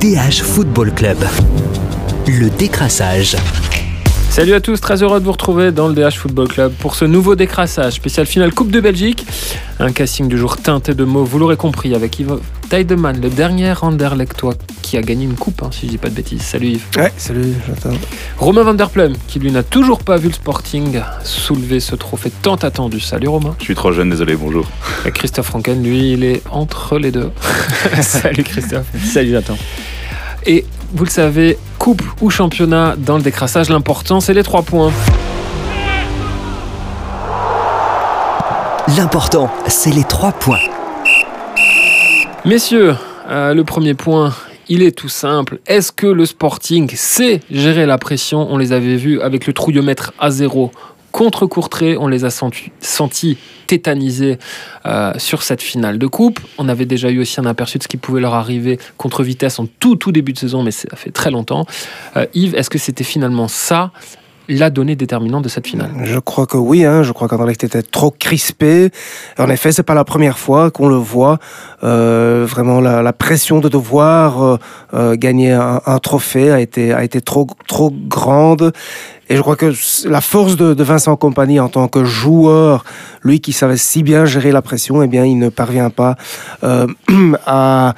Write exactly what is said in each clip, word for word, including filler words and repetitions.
D H Football Club. Le décrassage. Salut à tous, très heureux de vous retrouver dans le D H Football Club pour ce nouveau décrassage spécial finale Coupe de Belgique. Un casting du jour teinté de mots, vous l'aurez compris, avec Yves Tiedemann, le dernier Anderlechtois qui a gagné une coupe, hein, si je dis pas de bêtises. Salut Yves. Ouais, salut, j'attends. Romain Van Der Plum, qui lui n'a toujours pas vu le Sporting soulever ce trophée tant attendu. Salut Romain. Je suis trop jeune, désolé, bonjour. Et Christophe Franken, lui, il est entre les deux. Salut Christophe. Salut Nathan. Et vous le savez, coupe ou championnat, dans le décrassage, l'important c'est les trois points. L'important, c'est les trois points. Messieurs, euh, le premier point, il est tout simple. Est-ce que le Sporting sait gérer la pression ? On les avait vus avec le trouillomètre à zéro contre Courtrai, on les a sentis, sentis tétanisés euh, sur cette finale de coupe. On avait déjà eu aussi un aperçu de ce qui pouvait leur arriver contre Vitesse en tout, tout début de saison, mais ça fait très longtemps. Euh, Yves, est-ce que c'était finalement ça la donnée déterminante de cette finale ? Je crois que oui, hein. Je crois qu'Anderlecht était trop crispé. En effet, c'est pas la première fois qu'on le voit. Euh, vraiment, la, la pression de devoir euh, euh, gagner un, un trophée a été, a été trop, trop grande. Et je crois que la force de, de Vincent Kompany en tant que joueur, lui qui savait si bien gérer la pression, eh bien, il ne parvient pas euh, à,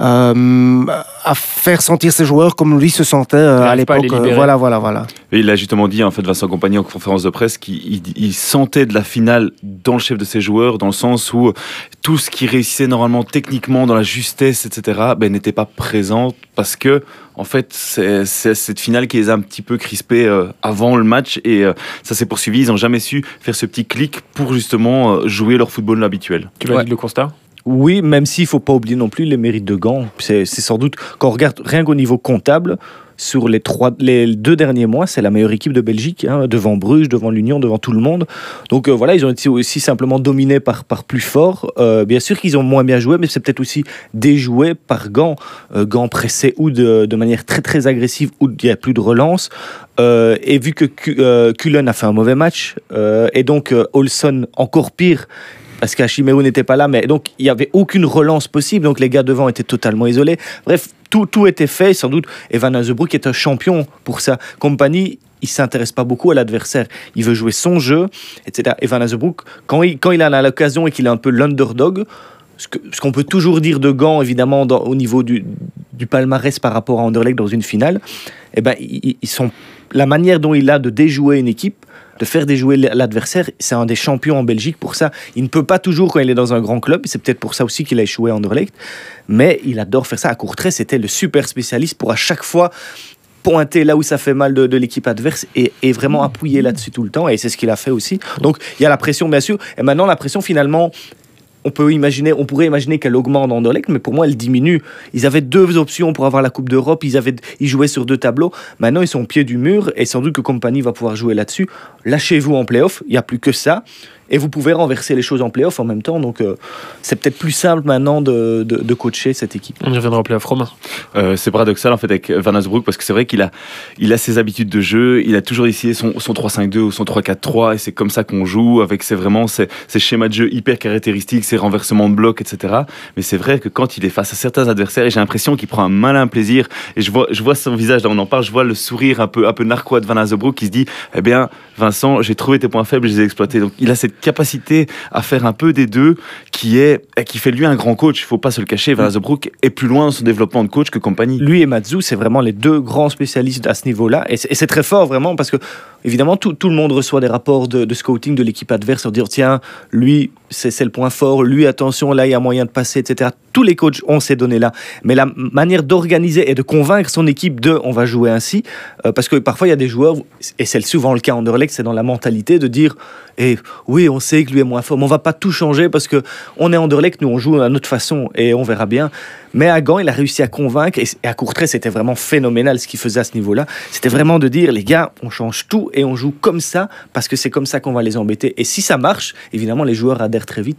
euh, à faire sentir ses joueurs comme lui se sentait euh, à l'époque. À voilà, voilà, voilà. Et il a justement dit, en fait, Vincent Kompany en conférence de presse, qu'il il, il sentait de la finale dans le chef de ses joueurs, dans le sens où tout ce qui réussissait normalement techniquement, dans la justesse, et cetera, ben, n'était pas présent parce que, en fait, c'est, c'est cette finale qui les a un petit peu crispés euh, avant le match et euh, ça s'est poursuivi. Ils n'ont jamais su faire ce petit clic pour justement euh, jouer leur football habituel. Tu valides ouais. le constat ? Oui, même s'il ne faut pas oublier non plus les mérites de Gand. C'est, c'est sans doute, quand on regarde rien qu'au niveau comptable, sur les, trois, les deux derniers mois, c'est la meilleure équipe de Belgique, hein, devant Bruges, devant l'Union, devant tout le monde. Donc euh, voilà, ils ont été aussi simplement dominés par, par plus fort. Euh, bien sûr qu'ils ont moins bien joué, mais c'est peut-être aussi déjoué par Gand. Euh, Gand pressé ou de, de manière très très agressive, ou il n'y a plus de relance. Euh, et vu que euh, Cullen a fait un mauvais match, euh, et donc euh, Olsson encore pire, parce qu'Achimeo n'était pas là, mais donc il n'y avait aucune relance possible, donc les gars devant étaient totalement isolés. Bref, tout, tout était fait, sans doute. Et Van Azebroek est un champion pour ça. Kompany, il ne s'intéresse pas beaucoup à l'adversaire. Il veut jouer son jeu, et cetera. Et Van Azebroek, quand il, quand il en a l'occasion et qu'il est un peu l'underdog, ce, que, ce qu'on peut toujours dire de Gand, évidemment, dans, au niveau du, du palmarès par rapport à Anderlecht dans une finale, eh ben, ils, ils sont, la manière dont il a de déjouer une équipe, de faire déjouer l'adversaire, c'est un des champions en Belgique pour ça. Il ne peut pas toujours quand il est dans un grand club, c'est peut-être pour ça aussi qu'il a échoué à Anderlecht, mais il adore faire ça. À Courtrai, c'était le super spécialiste pour à chaque fois pointer là où ça fait mal de, de l'équipe adverse et, et vraiment appuyer là-dessus tout le temps, et c'est ce qu'il a fait aussi. Donc il y a la pression bien sûr, et maintenant la pression finalement, on peut imaginer, on pourrait imaginer qu'elle augmente en Anderlecht, mais pour moi, elle diminue. Ils avaient deux options pour avoir la Coupe d'Europe. Ils, avaient, ils jouaient sur deux tableaux. Maintenant, ils sont au pied du mur et sans doute que Kompany va pouvoir jouer là-dessus. Lâchez-vous en play-off. Il n'y a plus que ça. Et vous pouvez renverser les choses en play-off en même temps. Donc, euh, c'est peut-être plus simple maintenant de, de, de coacher cette équipe. On y reviendra en play-off, Romain. Euh, c'est paradoxal en fait avec Van Azebroek parce que c'est vrai qu'il a, il a ses habitudes de jeu. Il a toujours essayé son, son trois cinq deux ou son trois quatre trois et c'est comme ça qu'on joue avec ses, vraiment ses, ses schémas de jeu hyper caractéristiques, ses renversements de blocs, et cetera. Mais c'est vrai que quand il est face à certains adversaires, et j'ai l'impression qu'il prend un malin plaisir. Et je vois, je vois son visage, là on en parle, je vois le sourire un peu, un peu narquois de Van Azebroek qui se dit eh bien, Vincent, j'ai trouvé tes points faibles, je les ai exploités. Donc il a cette capacité à faire un peu des deux qui, est, qui fait de lui un grand coach. Il ne faut pas se le cacher. Van Azebroek est plus loin dans son développement de coach que Kompany. Lui et Matsu, c'est vraiment les deux grands spécialistes à ce niveau-là. Et c'est, et c'est très fort vraiment parce que, évidemment, tout, tout le monde reçoit des rapports de, de scouting de l'équipe adverse pour dire tiens, lui, c'est, c'est le point fort. Lui, attention, là, il y a moyen de passer, et cetera. Tous les coachs ont ces données-là. Mais la manière d'organiser et de convaincre son équipe de on va jouer ainsi, euh, parce que parfois, il y a des joueurs, et c'est souvent le cas en Anderlecht, c'est dans la mentalité de dire eh, oui, on sait que lui est moins fort, mais on ne va pas tout changer parce qu'on est Anderlecht, nous, on joue à notre façon et on verra bien. Mais à Gand, il a réussi à convaincre, et à Courtrai, c'était vraiment phénoménal ce qu'il faisait à ce niveau-là. C'était vraiment de dire, les gars, on change tout et on joue comme ça, parce que c'est comme ça qu'on va les embêter. Et si ça marche, évidemment, les joueurs adhèrent très vite.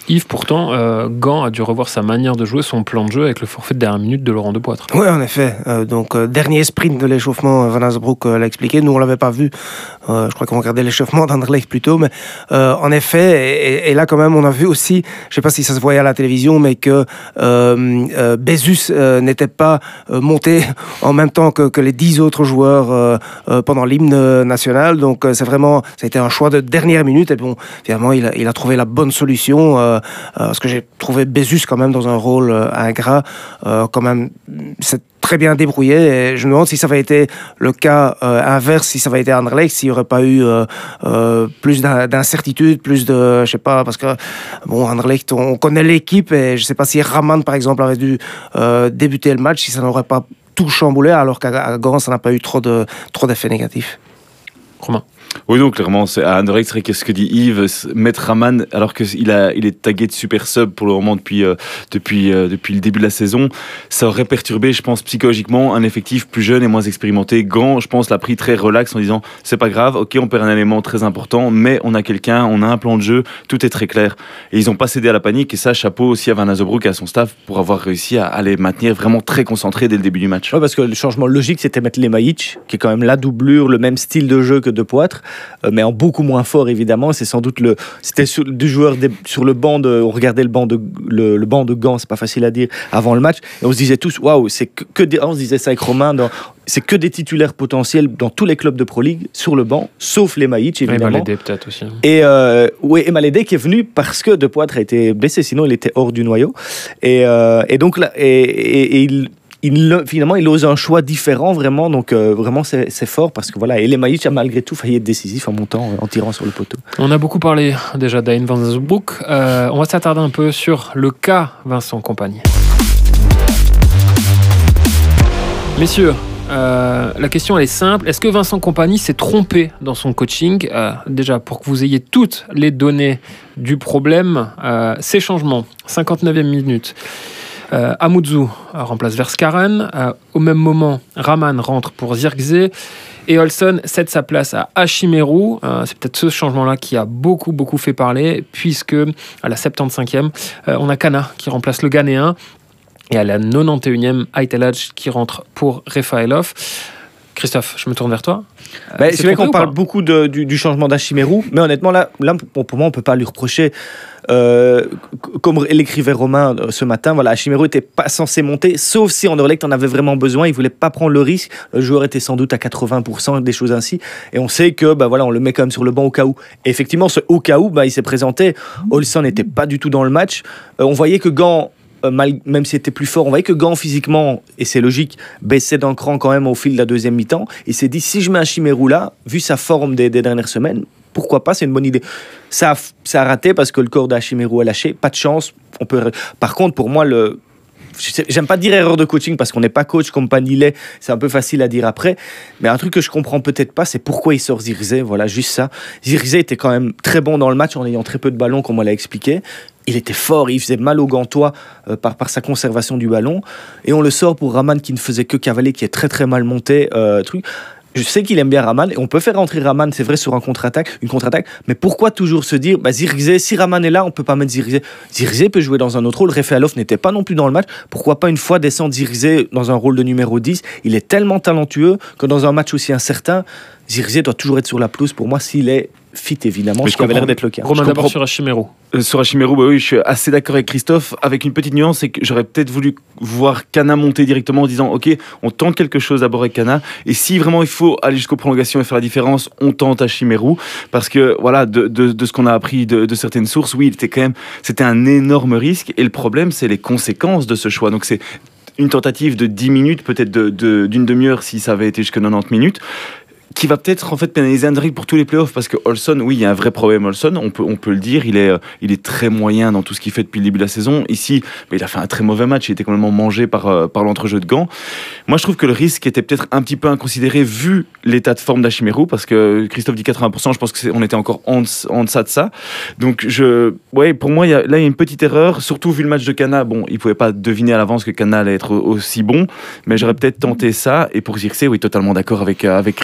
Yves, pourtant, euh, Gand a dû revoir sa manière de jouer, son plan de jeu avec le forfait de dernière minute de Laurent Depoitre. Oui, en effet. Euh, donc, euh, dernier sprint de l'échauffement, Van Azebroek euh, l'a expliqué. Nous, on ne l'avait pas vu. Euh, je crois qu'on regardait l'échauffement d'Anderlecht plutôt. Mais euh, en effet, et, et là, quand même, on a vu aussi, je ne sais pas si ça se voyait à la télévision, mais que euh, euh, Bézus euh, n'était pas euh, monté en même temps que, que les dix autres joueurs euh, euh, pendant l'hymne national. Donc, euh, c'est vraiment, ça a été un choix de dernière minute. Et bon, finalement, il a, il a trouvé la bonne solution. Euh, Euh, parce que j'ai trouvé Bézus quand même dans un rôle euh, ingrat, euh, quand même c'est très bien débrouillé, et je me demande si ça avait été le cas euh, inverse, si ça avait été Anderlecht, s'il n'y aurait pas eu euh, euh, plus d'incertitude, plus de, je sais pas, parce que bon, Anderlecht, on connaît l'équipe, et je sais pas si Raman par exemple avait dû euh, débuter le match, si ça n'aurait pas tout chamboulé, alors qu'à Gand ça n'a pas eu trop de trop d'effets négatifs. Romain. Oui, donc clairement, c'est à Anderlecht, c'est vrai que ce que dit Yves, mettre Raman, alors qu'il a, il est tagué de super sub pour le moment depuis, euh, depuis, euh, depuis le début de la saison, ça aurait perturbé, je pense, psychologiquement, un effectif plus jeune et moins expérimenté. Gand, je pense, l'a pris très relax en disant, c'est pas grave, ok, on perd un élément très important, mais on a quelqu'un, on a un plan de jeu, tout est très clair. Et ils n'ont pas cédé à la panique, et ça, chapeau aussi à Van Azebroek et à son staff pour avoir réussi à, à les maintenir vraiment très concentrés dès le début du match. Ouais, parce que le changement logique, c'était mettre Lemajic, qui est quand même la doublure, le même style de jeu que Depoitre, euh, mais en beaucoup moins fort évidemment. C'est sans doute le, c'était sur, du joueur des, sur le banc de, on regardait le banc de le, le banc de Gand, c'est pas facile à dire, avant le match, et on se disait tous, waouh, c'est que, que des, on se disait ça avec Romain, dans, c'est que des titulaires potentiels dans tous les clubs de Pro League sur le banc, sauf Lemajic évidemment. Et Malédé peut-être aussi. Et euh, ouais, et Malédé qui est venu parce que Depoitre a été blessé, sinon il était hors du noyau. Et, euh, et donc là, et, et, et il Il, finalement, il ose un choix différent, vraiment. Donc, euh, vraiment, c'est, c'est fort parce que voilà. Et Lemajic a malgré tout failli être décisif en montant, en tirant sur le poteau. On a beaucoup parlé déjà d'Ain Van Azebroek. Euh, on va s'attarder un peu sur le cas Vincent Kompany. Messieurs, euh, la question elle est simple. Est-ce que Vincent Kompany s'est trompé dans son coaching ? euh, Déjà, pour que vous ayez toutes les données du problème, euh, ces changements, cinquante-neuvième minute. Euh, Amoudou remplace Verskaren. Euh, au même moment, Raman rentre pour Zirkzee. Et Olsson cède sa place à Ashimeru. Euh, c'est peut-être ce changement-là qui a beaucoup, beaucoup fait parler, puisque à la septante-cinquième, euh, on a Kana qui remplace le Ghanéen. Et à la quatre-vingt-onze e, Aitelaj qui rentre pour Refaelov. Christophe, je me tourne vers toi. Euh, bah, c'est vrai qu'on parle beaucoup de, du, du changement d'Ashimeru, mais honnêtement, là, là pour, pour moi, on ne peut pas lui reprocher. Euh, comme l'écrivait Romain ce matin, voilà, Ashimeru n'était pas censé monter, sauf si Anderlecht en avait vraiment besoin. Il ne voulait pas prendre le risque. Le joueur était sans doute à quatre-vingts pour cent, des choses ainsi. Et on sait que bah, voilà, on le met quand même sur le banc au cas où. Et effectivement, ce au cas où, bah, il s'est présenté. Olsson n'était pas du tout dans le match. Euh, on voyait que Gand, Euh, mal, même s'il était plus fort, on voyait que Gand physiquement, et c'est logique, baissait d'un cran quand même au fil de la deuxième mi-temps. Il s'est dit, si je mets Ashimeru là, vu sa forme des, des dernières semaines, pourquoi pas, c'est une bonne idée. Ça a, ça a raté parce que le corps d'Ashimeru a lâché, pas de chance. On peut... Par contre, pour moi, le... j'aime pas dire erreur de coaching parce qu'on n'est pas coach comme Kompany l'est, c'est un peu facile à dire après, mais un truc que je comprends peut-être pas, c'est pourquoi il sort Zirkzee, voilà, juste ça. Zirkzee était quand même très bon dans le match en ayant très peu de ballons, comme on l'a expliqué. Il était fort, il faisait mal aux Gantois euh, par, par sa conservation du ballon, et on le sort pour Raman qui ne faisait que cavaler, qui est très très mal monté, euh, truc. Je sais qu'il aime bien Raman, et on peut faire rentrer Raman, c'est vrai, sur un contre-attaque, une contre-attaque, mais pourquoi toujours se dire, bah, Zirkzee, si Raman est là, on peut pas mettre Zirkzee. Zirkzee peut jouer dans un autre rôle, Refaelov n'était pas non plus dans le match, pourquoi pas une fois descendre Zirkzee dans un rôle de numéro dix, il est tellement talentueux que dans un match aussi incertain, Zirkzee doit toujours être sur la pelouse pour moi s'il est fit évidemment, mais ce qui avait l'air d'être le cas. Romain, d'abord sur Ashimeru. Euh, sur Ashimeru, bah oui, je suis assez d'accord avec Christophe, avec une petite nuance, c'est que j'aurais peut-être voulu voir Kana monter directement en disant ok, on tente quelque chose d'abord avec Kana, et si vraiment il faut aller jusqu'aux prolongations et faire la différence, on tente Ashimeru, parce que voilà, de, de, de ce qu'on a appris de, de certaines sources, oui, il était quand même, c'était un énorme risque, et le problème c'est les conséquences de ce choix. Donc c'est une tentative de dix minutes, peut-être de, de, d'une demi-heure si ça avait été jusqu'à quatre-vingt-dix minutes, qui va peut-être en fait pénaliser Anderlecht pour tous les playoffs, parce que Olsson, oui, il y a un vrai problème Olsson, on peut, on peut le dire, il est, il est très moyen dans tout ce qu'il fait depuis le début de la saison. Ici, bah, il a fait un très mauvais match, il était complètement mangé par, euh, par l'entrejeu de Gand. Moi, je trouve que le risque était peut-être un petit peu inconsidéré vu l'état de forme d'Ashimeru, parce que Christophe dit quatre-vingts pour cent, je pense qu'on était encore en, en deçà de ça. Donc, je, ouais, pour moi, il y a, là, il y a une petite erreur, surtout vu le match de Kana. Bon, il ne pouvait pas deviner à l'avance que Kana allait être aussi bon, mais j'aurais peut-être tenté ça. Et pour Zirkzee, oui, totalement d'accord avec, avec Christophe.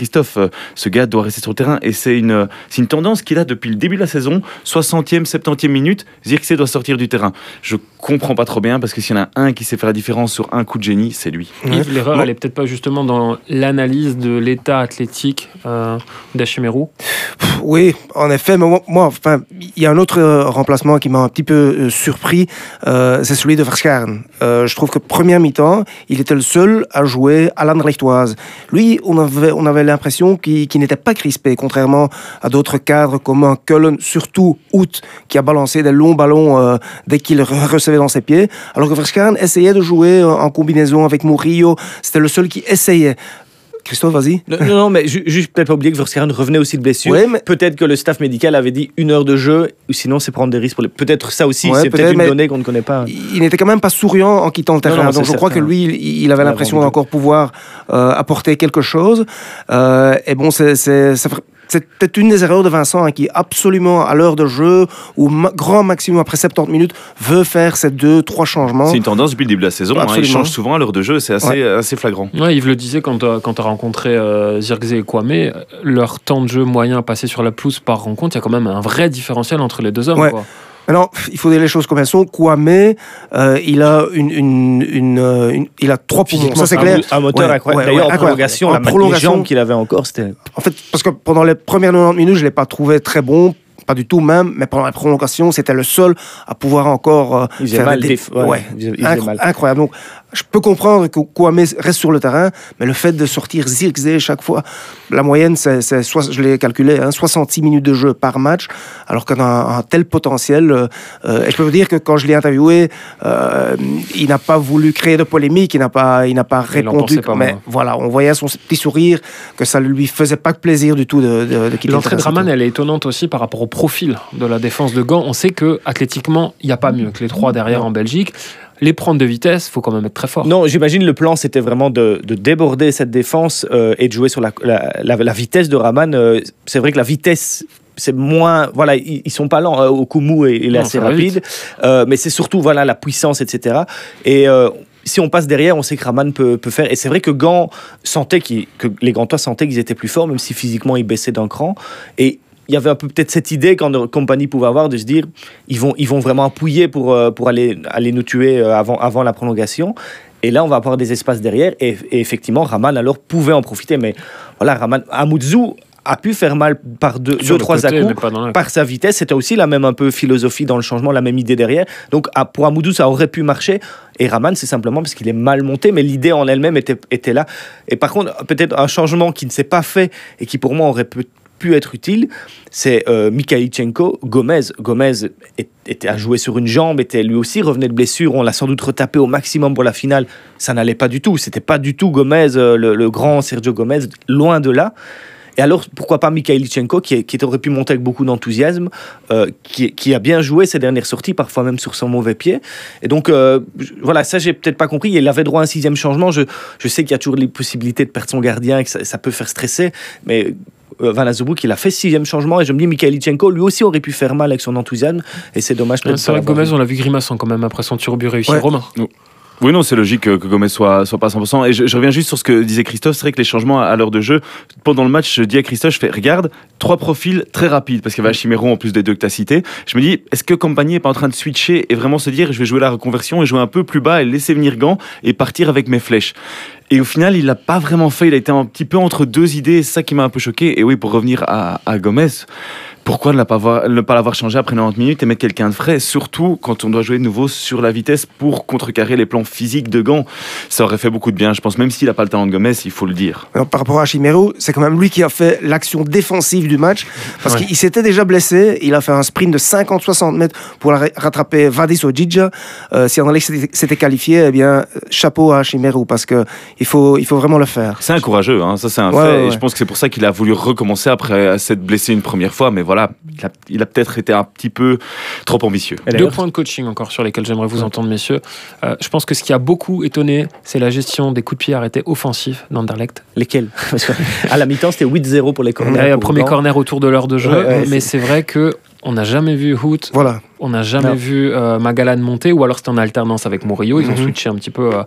euh, ce gars doit rester sur le terrain. Et c'est une, c'est une tendance qu'il a depuis le début de la saison. soixantième, septantième minute, Zirkzee doit sortir du terrain. Je comprends pas trop bien, parce que s'il y en a un qui sait faire la différence sur un coup de génie, c'est lui. Yves, l'erreur, Bon. elle est peut-être pas justement dans l'analyse de l'état athlétique euh, d'Hashimerou. Oui, en effet, mais moi, moi, enfin, il y a un autre euh, remplacement qui m'a un petit peu euh, surpris, euh, c'est celui de Verscharen. Euh, je trouve que première mi-temps, il était le seul à jouer à l'Anderlechtoise. Lui, on avait, on avait l'impression qu'il, qu'il n'était pas crispé, contrairement à d'autres cadres comme un Cullen, surtout Hout, qui a balancé des longs ballons euh, dès qu'il re- recevait dans ses pieds, alors que Verscharen essayait de jouer euh, en combinaison avec Murillo. C'était le seul qui essayait. Christophe, vas-y. Non, non, non, mais ju- juste peut-être pas oublier que Verscharen revenait aussi de blessure. Ouais, mais- Peut-être que le staff médical avait dit une heure de jeu, ou sinon c'est prendre des risques pour les. Peut-être ça aussi, Ouais, c'est peut-être, peut-être, une mais- donnée qu'on ne connaît pas. Il n'était quand même pas souriant en quittant le terrain. Non, non, Donc c'est je crois que certain. lui, il, il avait Ouais, l'impression vraiment, d'encore pouvoir euh, apporter quelque chose. Euh, et bon, c'est, c'est, c'est, c'est peut-être une des erreurs de Vincent, hein, qui absolument, à l'heure de jeu, au ma- grand maximum après soixante-dix minutes, veut faire ces deux, trois changements. C'est une tendance depuis le début de la saison. Hein. Il Absolument. change souvent à l'heure de jeu, c'est assez, Ouais. assez flagrant. Ouais, Yves le disait quand tu as rencontré euh, Zirkzee et Kwame, leur temps de jeu moyen passé sur la pelouse par rencontre, il y a quand même un vrai différentiel entre les deux hommes. Ouais. Quoi. Maintenant, il faut dire les choses comme elles sont. Kwame, euh, il a une, une, une, euh, une- il a trois poumons. Physiquement, Ça c'est Un clair. mo- Un moteur Ouais, incroyable. ouais, D'ailleurs, ouais, en incroyable. prolongation, En la prolongation prolongation- qu'il avait encore, c'était. En fait, parce que pendant les premières quatre-vingt-dix minutes, je l'ai pas trouvé très bon. Pas du tout même, mais pendant la prolongation, c'était le seul à pouvoir encore euh, Il faisait faire mal, des... déf- ouais, ouais, il faisait- il faisait incro- mal. incroyable. Donc, je peux comprendre que Kwame reste sur le terrain, mais le fait de sortir Zirkzee chaque fois, la moyenne, c'est, c'est soit, je l'ai calculé, hein, soixante-six minutes de jeu par match, alors qu'on a un, un tel potentiel. Euh, euh, et je peux vous dire que quand je l'ai interviewé, euh, il n'a pas voulu créer de polémique, il n'a pas, il n'a pas Il en répondu. pensait pas mais moins. voilà, on voyait son petit sourire que ça lui faisait pas plaisir du tout de, de, de quitter le L'entrée de terrain. Raman, elle est étonnante aussi par rapport au profil de la défense de Gand. On sait que athlétiquement, il n'y a pas mieux que les trois derrière en Belgique. Les prendre de vitesse, il faut quand même être très fort. Non, j'imagine le plan, c'était vraiment de, de déborder cette défense euh, et de jouer sur la, la, la, la vitesse de Raman. Euh, c'est vrai que la vitesse, c'est moins. Voilà, ils, ils sont pas lents. Euh, au coup mou, et il est Non, assez ça va rapide. Euh, mais c'est surtout voilà, la puissance, et cetera. Et. Euh, si on passe derrière, on sait que Raman peut, peut faire. Et c'est vrai que Gand sentait qu'il, que les Gantois sentaient qu'ils étaient plus forts, même si physiquement ils baissaient d'un cran. Et il y avait un peu peut-être cette idée qu'en compagnie pouvait avoir de se dire ils vont, ils vont vraiment appuyer pour, euh, pour aller, aller nous tuer euh, avant, avant la prolongation. Et là, on va avoir des espaces derrière. Et, et effectivement, Raman alors pouvait en profiter. Mais voilà, Raman, Amouzou a pu faire mal par deux, Sur deux le trois côté, à-coups mais pas dans la- par sa vitesse. C'était aussi la même un peu philosophie dans le changement, la même idée derrière. Donc à- pour Amoudou, ça aurait pu marcher. Et Raman, c'est simplement parce qu'il est mal monté, mais l'idée en elle-même était, était là. Et par contre, peut-être un changement qui ne s'est pas fait et qui pour moi aurait pu, pu être utile, c'est euh, Mikhaïlchenko, Gomez. Gomez est- était à jouer sur une jambe, était lui aussi revenait de blessure. On l'a sans doute retapé au maximum pour la finale. Ça n'allait pas du tout. C'était pas du tout Gomez, euh, le, le grand Sergio Gomez, loin de là. Et alors, pourquoi pas Mikhaïlchenko, qui, est- qui aurait pu monter avec beaucoup d'enthousiasme, euh, qui, qui a bien joué ses dernières sorties, parfois même sur son mauvais pied. Et donc, euh, je- voilà, ça, j'ai peut-être pas compris. Il avait droit à un sixième changement. Je, je sais qu'il y a toujours les possibilités de perdre son gardien et que ça, ça peut faire stresser, mais euh, Van Azebroek, il a fait sixième changement. Et je me dis, Mikhaïlchenko, lui aussi, aurait pu faire mal avec son enthousiasme. Et c'est dommage. peut-être C'est vrai que pas l'avoir Gomez, on l'a vu grimaçant quand même après son tir au but réussi. Ouais. Romain. Oui, non, c'est logique que, que Gomez soit, soit pas à cent pour cent. Et je, je reviens juste sur ce que disait Christophe. C'est vrai que les changements à, à l'heure de jeu, pendant le match, je dis à Christophe, je fais, regarde, trois profils très rapides, parce qu'il y avait Hachimero en plus des deux que tu as cités. Je me dis, est-ce que Compagnie est pas en train de switcher et vraiment se dire, je vais jouer la reconversion et jouer un peu plus bas et laisser venir Gand et partir avec mes flèches. Et au final, il l'a pas vraiment fait. Il a été un petit peu entre deux idées. C'est ça qui m'a un peu choqué. Et oui, pour revenir à, à Gomez, pourquoi ne, l'a pas avoir- ne pas l'avoir changé après quatre-vingt-dix minutes et mettre quelqu'un de frais, surtout quand on doit jouer de nouveau sur la vitesse pour contrecarrer les plans physiques de Gand. Ça aurait fait beaucoup de bien, je pense, même s'il n'a pas le talent de Gomez, il faut le dire. Alors, par rapport à Chimero, c'est quand même lui qui a fait l'action défensive du match, parce Ouais. qu'il s'était déjà blessé. Il a fait un sprint de cinquante à soixante mètres pour la- rattraper Vadis Ojidja. Euh, si Anderlecht s'était- s'était qualifié, eh bien, chapeau à Chimero, parce que il faut, il faut vraiment le faire. C'est un courageux, hein, ça c'est un Ouais, fait. ouais, Et ouais. je pense que c'est pour ça qu'il a voulu recommencer après s'être blessé une première fois. Mais voilà, il a, il a peut-être été un petit peu trop ambitieux. Et Deux d'ailleurs, points de coaching encore sur lesquels j'aimerais vous entendre, messieurs. Euh, je pense que ce qui a beaucoup étonné, c'est la gestion des coups de pied arrêtés offensifs d'Anderlecht. lesquels Parce que à la mi-temps, c'était huit zéro pour les corners. Ouais, pour premier Gand. corner autour de l'heure de jeu, Ouais, ouais, mais c'est- c'est vrai que on n'a jamais vu Hout, Voilà. on n'a jamais Non. vu euh, Magalan monter, ou alors c'était en alternance avec Murillo. Ils ont Mhm. switché un petit peu. euh,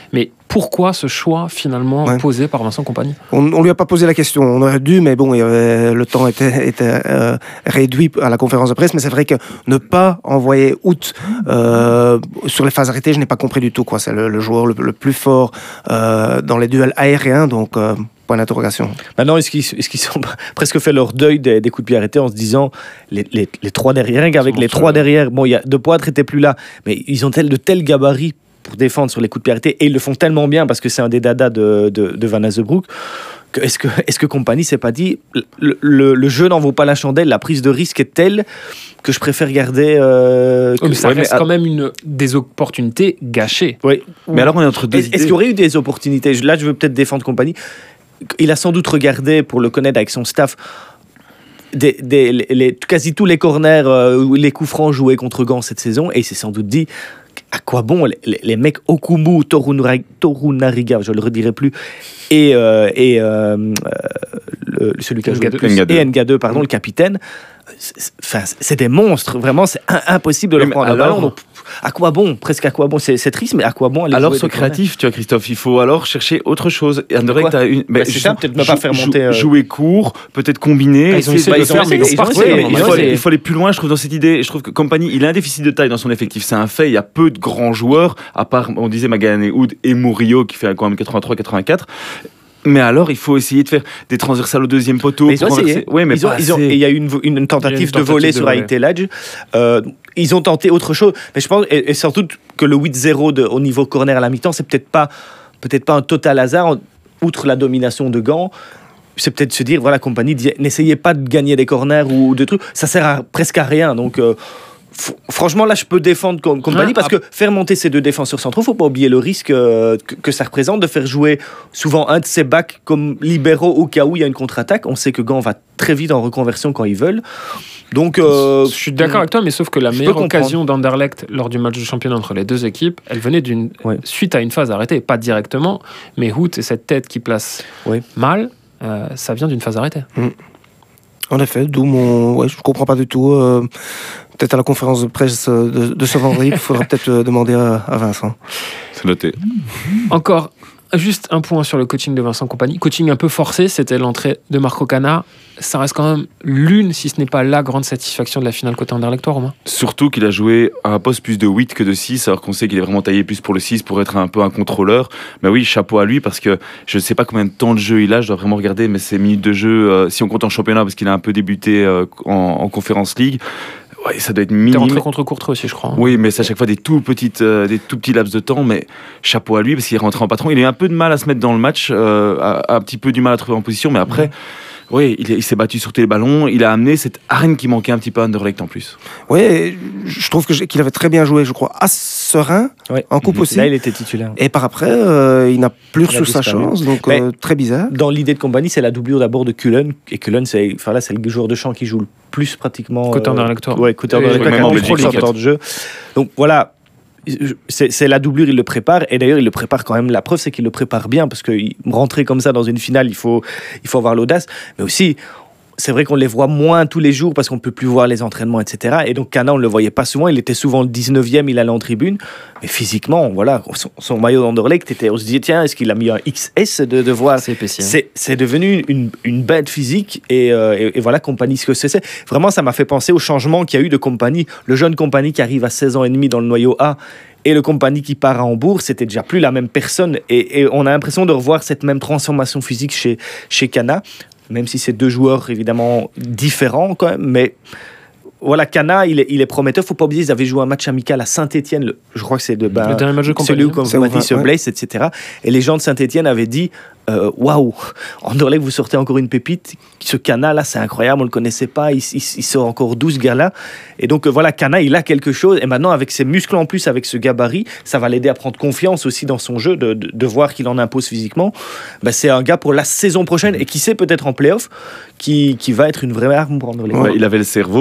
Mais pourquoi ce choix finalement Ouais. posé par Vincent Kompany? On ne lui a pas posé la question, on aurait dû, mais bon, euh, le temps était, était euh, réduit à la conférence de presse, mais c'est vrai que ne pas envoyer Hout euh, sur les phases arrêtées, je n'ai pas compris du tout, quoi. C'est le, le joueur le, le plus fort euh, dans les duels aériens, donc euh, point d'interrogation. Maintenant, est-ce qu'ils est-ce qu'ils ont presque fait leur deuil des, des coups de pied arrêtés en se disant les, les, les trois derrière, rien qu'avec les trois derrière, bon, il y a De Poitre était plus là, mais ils ont tel, de tels gabarits pour défendre sur les coups de pied arrêtés, et ils le font tellement bien parce que c'est un des dadas de, de, de Van Azebroek. Que est-ce que est-ce que Kompany s'est pas dit le, le, le jeu n'en vaut pas la chandelle, la prise de risque est telle que je préfère garder. Euh, que... Oh, mais ça Ouais, reste mais à- quand même une, des opportunités gâchées. Oui. Mais alors, on est entre deux Est-ce idées. est-ce qu'il y aurait eu des opportunités? Là, je veux peut-être défendre Kompany. Il a sans doute regardé, pour le connaître avec son staff, des, des, les, les- quasi tous les corners, euh, ou les coups francs joués contre Gand cette saison, et il s'est sans doute dit à quoi bon les, les, les mecs Okumu, Torunari- Torunariga, je le redirai plus, et, euh, et euh, euh, le- celui qui a joué le Nga deux. plus, Nga deux. et Nga deux, pardon, le capitaine. C'est- c'est- Enfin, c'est des monstres, vraiment, c'est un- impossible de Oui, leur mais prendre le alors- ballon. Donc, à quoi bon? Presque à quoi bon? C'est c'est triste, mais à quoi bon aller Alors, jouer sois des corners? créatif, tu vois, Christophe. Il faut alors chercher autre chose. Et Anderlecht quoi a une. Bah, c'est ça, peut-être ne pas faire monter, euh, Jouer court, peut-être combiner. Ah, ils ont essayer essayé de de le faire, mais ils ils ont ont pas essayé, fait, mais à un il, moment faut donné. aller, il faut aller plus loin, je trouve, dans cette idée. Je trouve que Kompany, il a un déficit de taille dans son effectif. C'est un fait. Il y a peu de grands joueurs, à part, on disait, Magalhães Hood et Murillo, qui fait quand même quatre-vingt-trois quatre-vingt-quatre. Mais alors, il faut essayer de faire des transversales au deuxième poteau. Mais ils ont pour essayé. renverser- Ouais, mais ils ont, pas ils ont- assez. et il y a eu une, vo- une tentative, Il y a une de voler tentative de sur voler. Haïté Ledge. Euh, ils ont tenté autre chose. Mais je pense, et, et surtout que le huit zéro de- au niveau corner à la mi-temps, c'est peut-être pas, peut-être pas un total hasard, en- outre la domination de Gand. C'est peut-être se dire, voilà, Kompany, dit, n'essayez pas de gagner des corners ou de trucs. Ça sert à, presque à rien. Donc, euh, f- franchement, là, je peux défendre Com- Kompany Ouais, parce que faire monter ces deux défenseurs centraux, faut pas oublier le risque euh, que, que ça représente de faire jouer souvent un de ces backs comme libéraux au cas où il y a une contre-attaque. On sait que Gand va très vite en reconversion quand ils veulent. Donc, euh, Je suis d'accord avec toi, mais sauf que la je meilleure peux comprendre. occasion d'Anderlecht lors du match de championnat entre les deux équipes, elle venait d'une Ouais. suite à une phase arrêtée, pas directement, mais Hout et cette tête qui place Ouais. mal, euh, ça vient d'une phase arrêtée. En effet, d'où mon. Ouais, je ne comprends pas du tout. euh, Peut-être à la conférence de presse euh, de, de ce vendredi, il faudra peut-être euh, demander à, à Vincent. C'est noté. Encore juste un point sur le coaching de Vincent Kompany. Coaching un peu forcé, c'était l'entrée de Marco Cana. Ça reste quand même l'une, si ce n'est pas la grande satisfaction de la finale côté Anderlecht, Romain. Surtout qu'il a joué à un poste plus de huit que de six, alors qu'on sait qu'il est vraiment taillé plus pour le six, pour être un peu un contrôleur. Mais oui, chapeau à lui, parce que je ne sais pas combien de temps de jeu il a, je dois vraiment regarder, mais ses minutes de jeu, euh, si on compte en championnat, parce qu'il a un peu débuté euh, en, en Conference League, ouais, ça doit être T'es minime. rentré contre Courtrai aussi, je crois. hein. Oui, mais c'est à chaque fois des tout, petites, euh, des tout petits laps de temps, mais chapeau à lui, parce qu'il est rentré en patron. Il a eu un peu de mal à se mettre dans le match, euh, a, a un petit peu du mal à trouver en position, mais après... Oui, il, est- il s'est battu sur tous les ballons. Il a amené cette arène qui manquait un petit peu à Anderlecht en plus. Oui, je trouve que j'ai- qu'il avait très bien joué, je crois, à Serein, ouais. en coupe aussi. Là, il était titulaire. Et par après, euh, il n'a plus Il a reçu sa disparu. chance, donc Mais- euh, très bizarre. Dans l'idée de Kompany, c'est la doublure d'abord de Cullen. Et Cullen, c'est, enfin là, c'est le joueur de champ qui joue le plus pratiquement. Côté Anderlecht. Ouais, côté Et- Anderlecht, et qui même a en plus Belgique, de en fait. temps de jeu. Donc voilà. C'est, c'est la doublure, il le prépare. Et d'ailleurs, il le prépare quand même. La preuve, c'est qu'il le prépare bien. Parce que il- rentrer comme ça dans une finale, il faut, il faut avoir l'audace. Mais aussi, c'est vrai qu'on les voit moins tous les jours parce qu'on peut plus voir les entraînements, et cetera. Et donc Cana, on le voyait pas souvent. Il était souvent le dix-neuvième, il allait en tribune. Mais physiquement, voilà, son, son maillot d'Anderlecht, était, on se disait, tiens, est-ce qu'il a mis un X S de, de voir C'est épaissi. hein. c'est, c'est devenu une, une bête physique et, euh, et, et voilà Kompany ce que c'est, c'est. Vraiment, ça m'a fait penser au changement qu'il y a eu de Kompany. Le jeune Kompany qui arrive à seize ans et demi dans le noyau A et le Kompany qui part à Hambourg, c'était déjà plus la même personne. Et, et on a l'impression de revoir cette même transformation physique chez, chez Cana, même si c'est deux joueurs évidemment différents quand même, mais... Voilà, Cana, il est, il est prometteur. Faut pas oublier, ils avaient joué un match amical à Saint-Etienne. Je crois que c'est de ben, Le dernier match de celui où Kompany. Kompany C'est se ouais. blesse, et cetera. Et les gens de Saint-Etienne avaient dit euh, waouh, Anderlecht, vous sortez encore une pépite. Ce Cana là, c'est incroyable, on le connaissait pas. Il, il, il sort encore douze gars là. Et donc euh, voilà, Cana, il a quelque chose. Et maintenant, avec ses muscles en plus, avec ce gabarit, ça va l'aider à prendre confiance aussi dans son jeu, de, de, de voir qu'il en impose physiquement. Ben, c'est un gars pour la saison prochaine et qui sait peut-être en play-off, qui, qui va être une vraie arme pour Anderlecht. Ouais, il avait le cerveau, parce que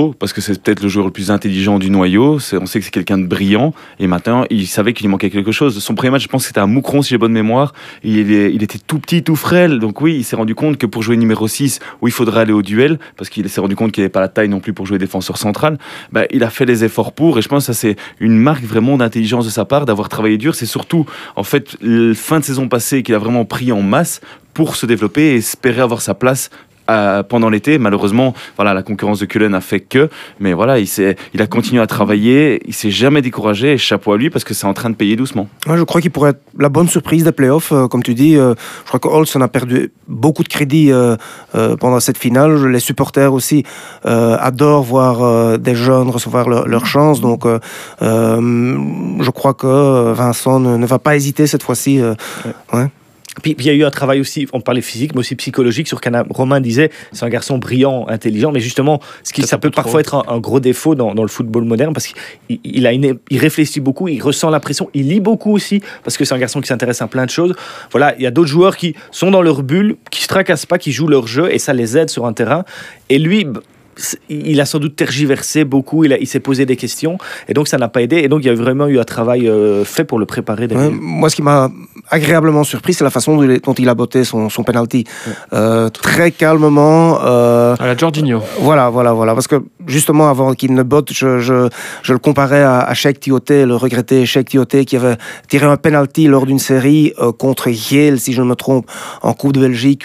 c'est peut-être le joueur le plus intelligent du noyau. C'est, on sait que c'est quelqu'un de brillant. Et maintenant, il savait qu'il lui manquait quelque chose. Son premier match, je pense que c'était à Moucron, si j'ai bonne mémoire. Il, est, il était tout petit, tout frêle. Donc oui, il s'est rendu compte que pour jouer numéro six, où il faudrait aller au duel, parce qu'il s'est rendu compte qu'il n'avait pas la taille non plus pour jouer défenseur central, bah, il a fait les efforts pour. Et je pense que ça, c'est une marque vraiment d'intelligence de sa part, d'avoir travaillé dur. C'est surtout, en fait, la fin de saison passée qu'il a vraiment pris en masse pour se développer et espérer avoir sa place Euh, pendant l'été. Malheureusement, voilà, la concurrence de Cullen a fait que, mais voilà, il, s'est, il a continué à travailler, il s'est jamais découragé, et chapeau à lui parce que c'est en train de payer doucement. Ouais, je crois qu'il pourrait être la bonne surprise des playoffs, euh, comme tu dis. Euh, je crois que Holtz en a perdu beaucoup de crédit euh, euh, pendant cette finale. Les supporters aussi euh, adorent voir euh, des jeunes recevoir leur, leur chance, donc euh, euh, je crois que Vincent ne, ne va pas hésiter cette fois-ci. Euh, ouais. Ouais. Puis il y a eu un travail aussi, on parlait physique, mais aussi psychologique sur Cana. Romain disait, c'est un garçon brillant, intelligent, mais justement, ce qui, ça peut parfois être un, un gros défaut dans, dans le football moderne, parce qu'il il a une, il réfléchit beaucoup, il ressent la pression, il lit beaucoup aussi, parce que c'est un garçon qui s'intéresse à plein de choses. Voilà, il y a d'autres joueurs qui sont dans leur bulle, qui se tracassent pas, qui jouent leur jeu, et ça les aide sur un terrain. Et lui, il a sans doute tergiversé beaucoup, il, a, il s'est posé des questions, et donc ça n'a pas aidé, et donc il y a vraiment eu un travail euh, fait pour le préparer. Ouais, moi, ce qui m'a agréablement surpris, c'est la façon dont il a botté son, son penalty. Ouais. Euh, très calmement. Euh, à la Jorginho. Voilà, voilà, voilà. Parce que justement, avant qu'il ne botte, je, je, je le comparais à, à Cheikh Tioté, le regretté Cheikh Tioté, qui avait tiré un penalty lors d'une série euh, contre Yale, si je ne me trompe, en Coupe de Belgique.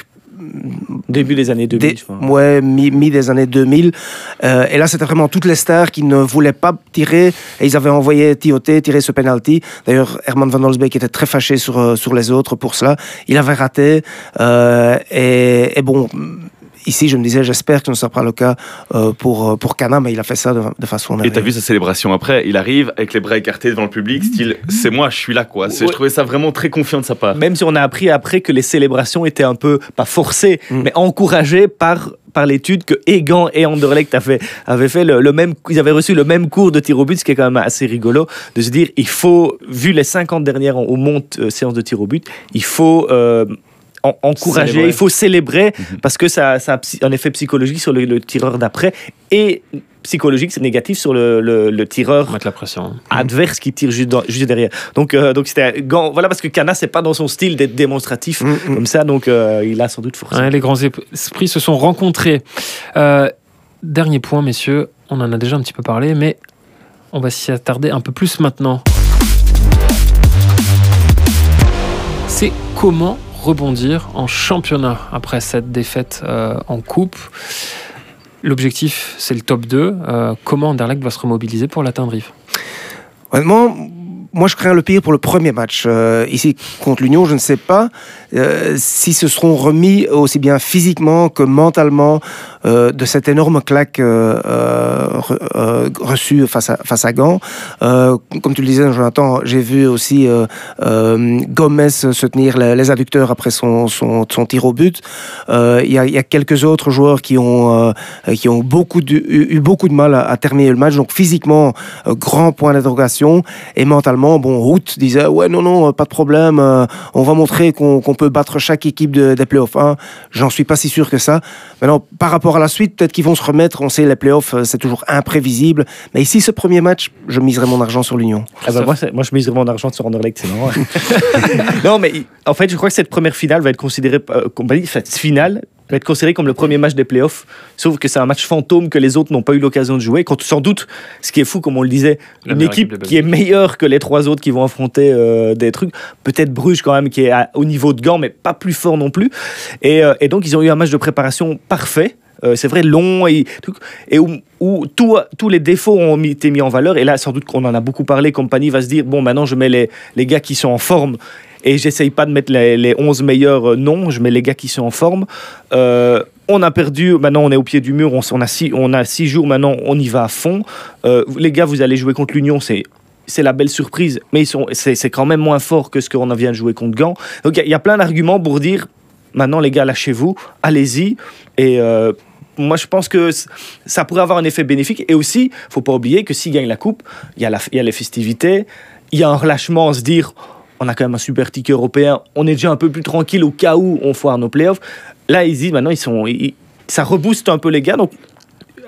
Début des années deux mille. Des, ouais, mi, mi des années deux mille. Euh, et là, c'était vraiment toutes les stars qui ne voulaient pas tirer. Et ils avaient envoyé Tioté tirer ce penalty. D'ailleurs, Herman van Holsbeek était très fâché sur, sur les autres pour cela. Il avait raté. Euh, et, et bon... Ici, je me disais, j'espère que ce ne sera pas le cas euh, pour, pour Cana, mais il a fait ça de, de façon merveilleuse. Et t'as vu sa célébration après? Il arrive avec les bras écartés devant le public, style c'est moi, je suis là, quoi. C'est, ouais. Je trouvais ça vraiment très confiant de sa part. Même si on a appris après que les célébrations étaient un peu, pas forcées, mm. mais encouragées par, par l'étude que Egan et Anderlecht avaient, avaient fait le, le même, ils avaient reçu le même cours de tir au but, ce qui est quand même assez rigolo, de se dire, il faut, vu les cinquante dernières au monte euh, séances de tir au but, il faut. Euh, En, encourager, célébrer. Il faut célébrer mmh. parce que ça, ça a un effet psychologique sur le, le tireur d'après et psychologique, c'est négatif sur le, le, le tireur mettre la pression. adverse qui tire juste, dans, juste derrière. Donc, euh, donc c'était gant, voilà, parce que Cana, c'est pas dans son style d'être démonstratif mmh. comme ça, donc euh, il a sans doute forcé. Ouais, les grands esprits se sont rencontrés. Euh, dernier point, messieurs, on en a déjà un petit peu parlé, mais on va s'y attarder un peu plus maintenant. C'est comment rebondir en championnat après cette défaite euh, en coupe. L'objectif, c'est le top deux. Euh, comment Anderlecht va se remobiliser pour l'atteindre, Yves ? Honnêtement, moi je crains le pire pour le premier match. Euh, ici, contre l'Union, je ne sais pas euh, s'ils se seront remis aussi bien physiquement que mentalement euh, de cette énorme claque euh, euh, reçue face à, face à Gand. Euh, comme tu le disais, Jonathan, j'ai vu aussi euh, euh, Gomez se tenir les, les adducteurs après son, son, son tir au but. Il euh, y, y a quelques autres joueurs qui ont, euh, qui ont beaucoup de, eu, eu beaucoup de mal à, à terminer le match. Donc physiquement, euh, grand point d'interrogation. Et mentalement, bon, Root disait ouais, non, non, pas de problème. Euh, on va montrer qu'on, qu'on peut battre chaque équipe de, des playoffs. Hein. J'en suis pas si sûr que ça. Maintenant, par rapport à la suite, peut-être qu'ils vont se remettre. On sait, les playoffs, c'est toujours imprévisible. Mais ici, ce premier match, je miserai mon argent sur l'Union. Ah bah moi, moi, je miserai mon argent sur Anderlecht, c'est normal. Non, mais en fait, je crois que cette première finale va être considérée, euh, comme on dit, cette finale va être considéré comme le premier match des playoffs, sauf que c'est un match fantôme que les autres n'ont pas eu l'occasion de jouer. Quand, sans doute, ce qui est fou, comme on le disait, la une équipe, équipe qui est meilleure que les trois autres qui vont affronter euh, des trucs, peut-être Bruges quand même, qui est à, au niveau de Gand, mais pas plus fort non plus. Et, euh, et donc, ils ont eu un match de préparation parfait. Euh, c'est vrai, long, et, et où, où tout, tous les défauts ont mis, été mis en valeur. Et là, sans doute qu'on en a beaucoup parlé, Compagnie va se dire, bon, maintenant, je mets les, les gars qui sont en forme. Et j'essaye pas de mettre les, les onze meilleurs, euh, non, je mets les gars qui sont en forme. Euh, on a perdu, maintenant on est au pied du mur, on, on, a, six, on a six jours, maintenant on y va à fond. Euh, les gars, vous allez jouer contre l'Union, c'est, c'est la belle surprise, mais ils sont, c'est, c'est quand même moins fort que ce qu'on vient de jouer contre Gand. Donc il y, y a plein d'arguments pour dire, maintenant les gars, lâchez-vous, allez-y. Et euh, moi je pense que ça pourrait avoir un effet bénéfique. Et aussi, il ne faut pas oublier que s'ils gagnent la coupe, il y, y a les festivités, il y a un relâchement à se dire... On a quand même un super ticket européen. On est déjà un peu plus tranquille au cas où on foire nos playoffs. Là, ils disent maintenant, ils sont, ils, ça rebooste un peu les gars. Donc,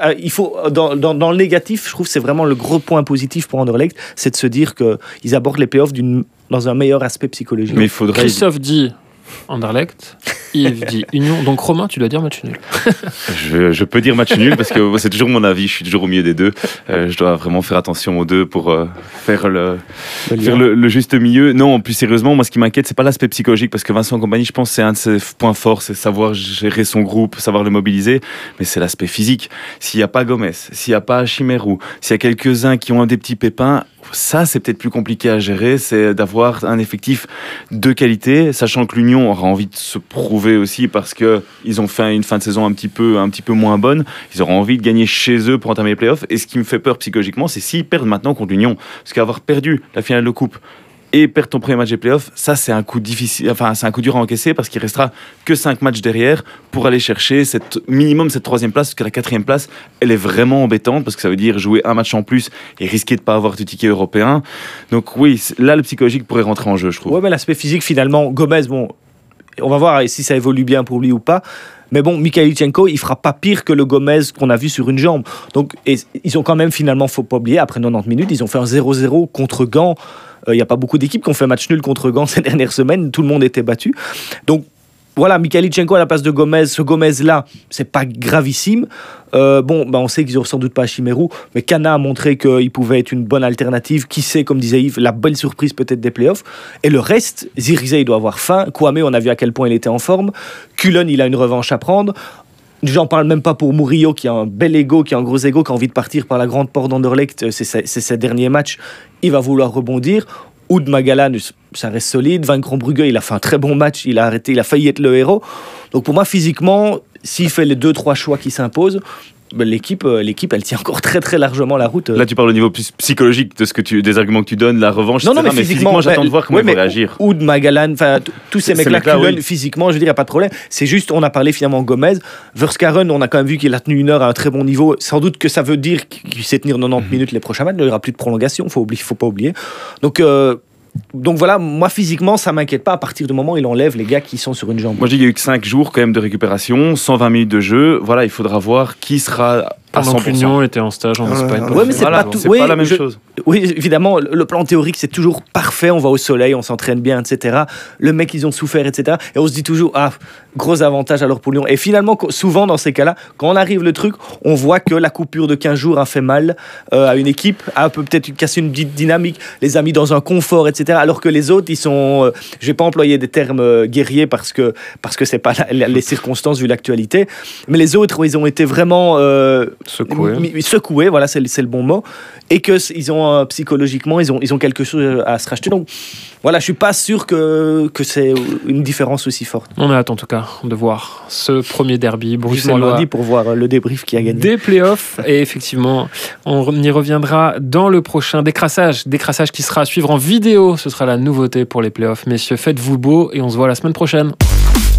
euh, il faut, dans, dans, dans le négatif, je trouve que c'est vraiment le gros point positif pour Anderlecht, c'est de se dire qu'ils abordent les playoffs d'une, dans un meilleur aspect psychologique. Mais il faudrait... Christophe dit Anderlecht, Yves dit Union. Donc Romain, tu dois dire match nul. je, je peux dire match nul parce que c'est toujours mon avis, je suis toujours au milieu des deux. Euh, je dois vraiment faire attention aux deux pour euh, faire, le, le, faire le, le juste milieu. Non, plus sérieusement, moi ce qui m'inquiète, c'est pas l'aspect psychologique parce que Vincent Kompany, je pense c'est un de ses points forts, c'est savoir gérer son groupe, savoir le mobiliser, mais c'est l'aspect physique. S'il n'y a pas Gomez, s'il n'y a pas Chimerou, s'il y a quelques-uns qui ont des petits pépins, ça c'est peut-être plus compliqué à gérer, c'est d'avoir un effectif de qualité, sachant que l'Union aura envie de se prouver aussi parce qu'ils ont fait une fin de saison un petit peu, un petit peu moins bonne, ils auront envie de gagner chez eux pour entamer les playoffs, et ce qui me fait peur psychologiquement, c'est s'ils perdent maintenant contre l'Union, parce qu'avoir perdu la finale de coupe et perdre ton premier match des playoffs, ça c'est un coup difficile, enfin c'est un coup dur à encaisser parce qu'il restera que cinq matchs derrière pour aller chercher cette minimum cette troisième place, parce que la quatrième place elle est vraiment embêtante parce que ça veut dire jouer un match en plus et risquer de pas avoir de ticket européen. Donc oui, là le psychologique pourrait rentrer en jeu, je trouve. Ouais, mais l'aspect physique finalement, Gomez, bon, on va voir si ça évolue bien pour lui ou pas. Mais bon, Mikhailichenko, il fera pas pire que le Gomez qu'on a vu sur une jambe. Donc, et, ils ont quand même finalement, faut pas oublier, après quatre-vingt-dix minutes, ils ont fait un zéro zéro contre Gand. Il euh, n'y a pas beaucoup d'équipes qui ont fait match nul contre Gand ces dernières semaines. Tout le monde était battu. Donc, voilà, Mikhailichenko à la place de Gomez. Ce Gomez-là, c'est pas gravissime. Euh, bon, bah on sait qu'ils n'ont sans doute pas Chimerou, mais Kana a montré qu'il pouvait être une bonne alternative. Qui sait, comme disait Yves, la belle surprise peut-être des playoffs. Et le reste, Zirkzee, il doit avoir faim. Kwame, on a vu à quel point il était en forme. Cullen, il a une revanche à prendre. J'en parle même pas pour Murillo, qui a un bel ego, qui a un gros ego, qui a envie de partir par la grande porte d'Anderlecht. C'est ses, c'est ses derniers matchs. Il va vouloir rebondir. Oud Magalan, ça reste solide. Van Krombrugge, il a fait un très bon match. Il a arrêté, il a failli être le héros. Donc pour moi, physiquement, s'il fait les deux, trois choix qui s'imposent, ben l'équipe, l'équipe, elle tient encore très très largement la route. Là, tu parles au niveau plus psychologique de ce que tu, des arguments que tu donnes, la revanche, non, non, mais, mais physiquement, physiquement, j'attends ben, de voir comment ouais, ils vont réagir. Oud, Magalan, enfin tous ces mecs-là, mecs-là Cullen, oui. physiquement, je veux dire, il n'y a pas de problème. C'est juste, on a parlé finalement Gomez. Verskaren, on a quand même vu qu'il a tenu une heure à un très bon niveau. Sans doute que ça veut dire qu'il sait tenir quatre-vingt-dix mm-hmm. minutes les prochains matchs. Il n'y aura plus de prolongation, il faut, faut pas oublier. Donc, euh, Donc voilà, moi physiquement, ça m'inquiète pas à partir du moment où il enlève les gars qui sont sur une jambe. Moi je dis qu'il y a eu que cinq jours quand même de récupération, cent vingt minutes de jeu. Voilà, il faudra voir qui sera à pendant cent pour cent. que l'Union était en stage en Espagne. Ouais, mais c'est voilà, pas tout. C'est oui, pas la même je... chose. Oui, évidemment, le plan théorique c'est toujours parfait. On va au soleil, on s'entraîne bien, et cetera. Le mec, ils ont souffert, et cetera. Et on se dit toujours, ah, gros avantage alors pour Lyon. Et finalement, souvent dans ces cas-là, quand on arrive le truc, on voit que la coupure de quinze jours a fait mal euh, à une équipe, a peut peut-être casser une petite dynamique, les a mis dans un confort, et cetera. Alors que les autres, ils sont, euh, je vais pas employer des termes euh, guerriers parce que parce que c'est pas la, la, les circonstances vu l'actualité, mais les autres, ils ont été vraiment euh, secoués. Mi, secoués, voilà, c'est, c'est le bon mot, et que ils ont euh, psychologiquement, ils ont ils ont quelque chose à se racheter. Donc voilà, je suis pas sûr que que c'est une différence aussi forte. On a hâte en tout cas de voir ce premier derby bruxellois lundi pour voir le débrief qui a gagné des playoffs. Et effectivement, on y reviendra dans le prochain décrassage, décrassage qui sera à suivre en vidéo. Ce sera la nouveauté pour les playoffs. Messieurs, faites-vous beau et on se voit la semaine prochaine.